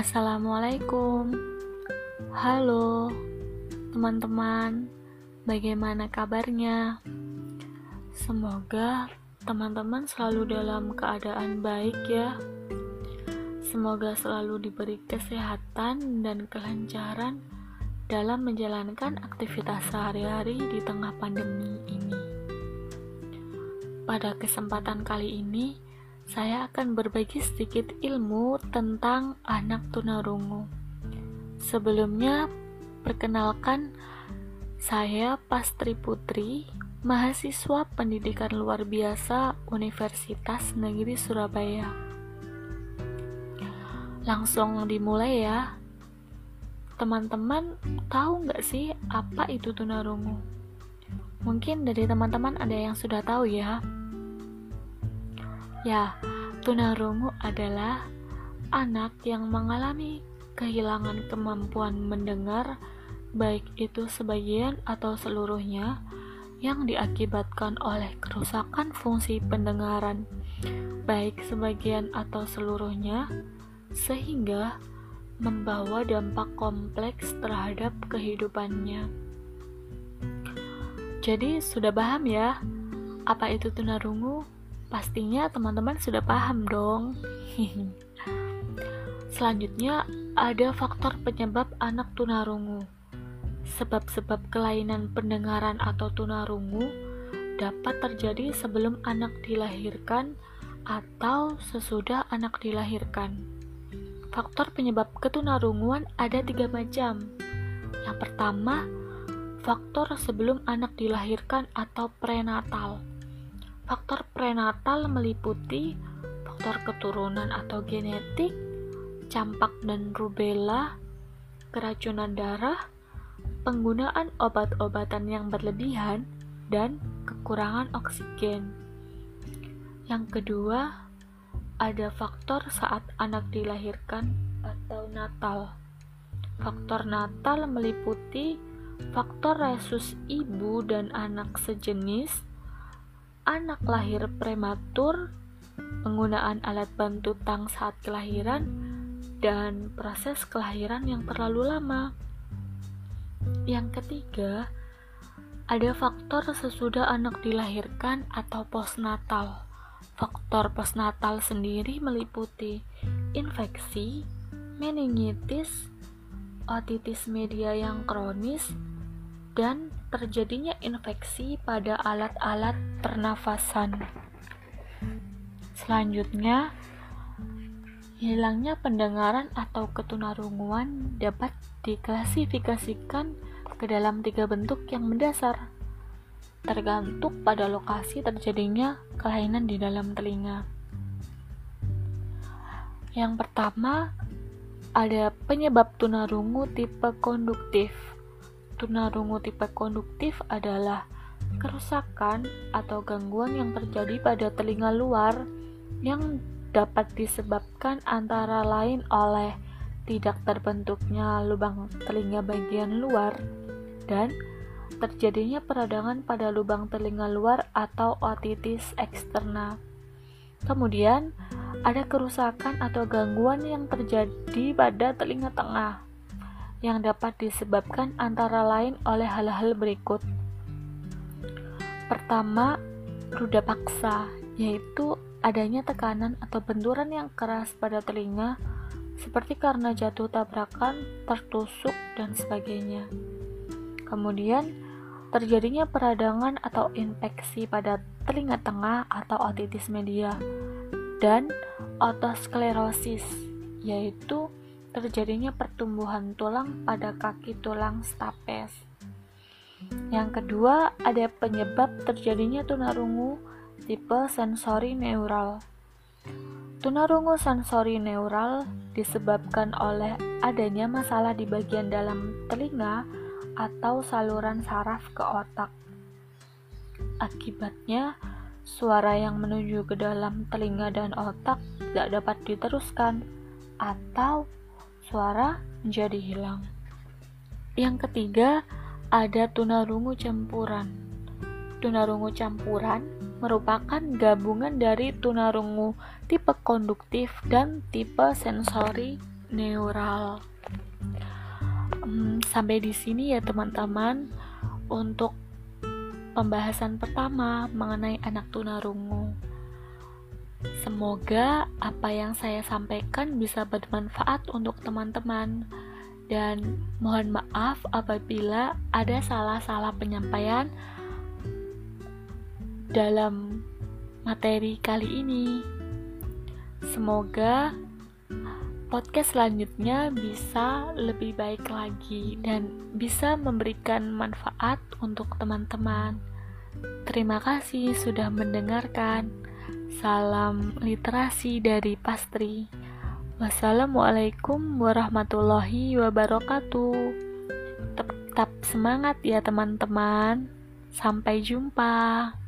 Assalamualaikum. Halo, teman-teman. Bagaimana kabarnya? Semoga teman-teman selalu dalam keadaan baik ya. Semoga selalu diberi kesehatan dan kelancaran dalam menjalankan aktivitas sehari-hari di tengah pandemi ini. Pada kesempatan kali ini, saya akan berbagi sedikit ilmu tentang anak tunarungu. Sebelumnya, perkenalkan, saya Pastri Putri, mahasiswa pendidikan luar biasa Universitas Negeri Surabaya. Langsung dimulai ya. Teman-teman tahu nggak sih apa itu tunarungu? Mungkin dari teman-teman ada yang sudah tahu ya. Ya, tunarungu adalah anak yang mengalami kehilangan kemampuan mendengar, baik itu sebagian atau seluruhnya, yang diakibatkan oleh kerusakan fungsi pendengaran, baik sebagian atau seluruhnya, sehingga membawa dampak kompleks terhadap kehidupannya. Jadi, sudah paham ya, apa itu tunarungu? Pastinya teman-teman sudah paham dong. Selanjutnya, ada faktor penyebab anak tunarungu. Sebab-sebab kelainan pendengaran atau tunarungu dapat terjadi sebelum anak dilahirkan atau sesudah anak dilahirkan. Faktor penyebab ketunarunguan ada 3 macam. Yang pertama, faktor sebelum anak dilahirkan atau prenatal. Faktor prenatal meliputi faktor keturunan atau genetik, campak dan rubella, keracunan darah, penggunaan obat-obatan yang berlebihan, dan kekurangan oksigen. Yang kedua, ada faktor saat anak dilahirkan atau natal. Faktor natal meliputi faktor resus ibu dan anak sejenis, anak lahir prematur, penggunaan alat bantu tang saat kelahiran, dan proses kelahiran yang terlalu lama. Yang ketiga, ada faktor sesudah anak dilahirkan atau postnatal. Faktor postnatal sendiri meliputi infeksi, meningitis, otitis media yang kronis, dan terjadinya infeksi pada alat-alat pernafasan. Selanjutnya, hilangnya pendengaran atau ketunarunguan dapat diklasifikasikan ke dalam 3 bentuk yang mendasar, tergantung pada lokasi terjadinya kelainan di dalam telinga. Yang pertama, ada penyebab tunarungu tipe konduktif. Tunarungu tipe konduktif adalah kerusakan atau gangguan yang terjadi pada telinga luar yang dapat disebabkan antara lain oleh tidak terbentuknya lubang telinga bagian luar dan terjadinya peradangan pada lubang telinga luar atau otitis eksterna. Kemudian, ada kerusakan atau gangguan yang terjadi pada telinga tengah yang dapat disebabkan antara lain oleh hal-hal berikut. Pertama, ruda paksa, yaitu adanya tekanan atau benturan yang keras pada telinga, seperti karena jatuh tabrakan, tertusuk, dan sebagainya. Kemudian, terjadinya peradangan atau infeksi pada telinga tengah atau otitis media, dan otosklerosis, yaitu terjadinya pertumbuhan tulang pada kaki tulang stapes. Yang kedua, ada penyebab terjadinya tunarungu tipe sensori neural. Tunarungu sensori neural disebabkan oleh adanya masalah di bagian dalam telinga atau saluran saraf ke otak. Akibatnya, suara yang menuju ke dalam telinga dan otak tidak dapat diteruskan atau suara menjadi hilang. Yang ketiga, ada tunarungu campuran. Tunarungu campuran merupakan gabungan dari tunarungu tipe konduktif dan tipe sensori neural. Sampai di sini ya teman-teman untuk pembahasan pertama mengenai anak tunarungu. Semoga apa yang saya sampaikan bisa bermanfaat untuk teman-teman, dan mohon maaf apabila ada salah-salah penyampaian dalam materi kali ini. Semoga podcast selanjutnya bisa lebih baik lagi dan bisa memberikan manfaat untuk teman-teman. Terima kasih sudah mendengarkan. Salam literasi dari Pastri. Wassalamualaikum warahmatullahi wabarakatuh. Tetap semangat ya teman-teman. Sampai jumpa.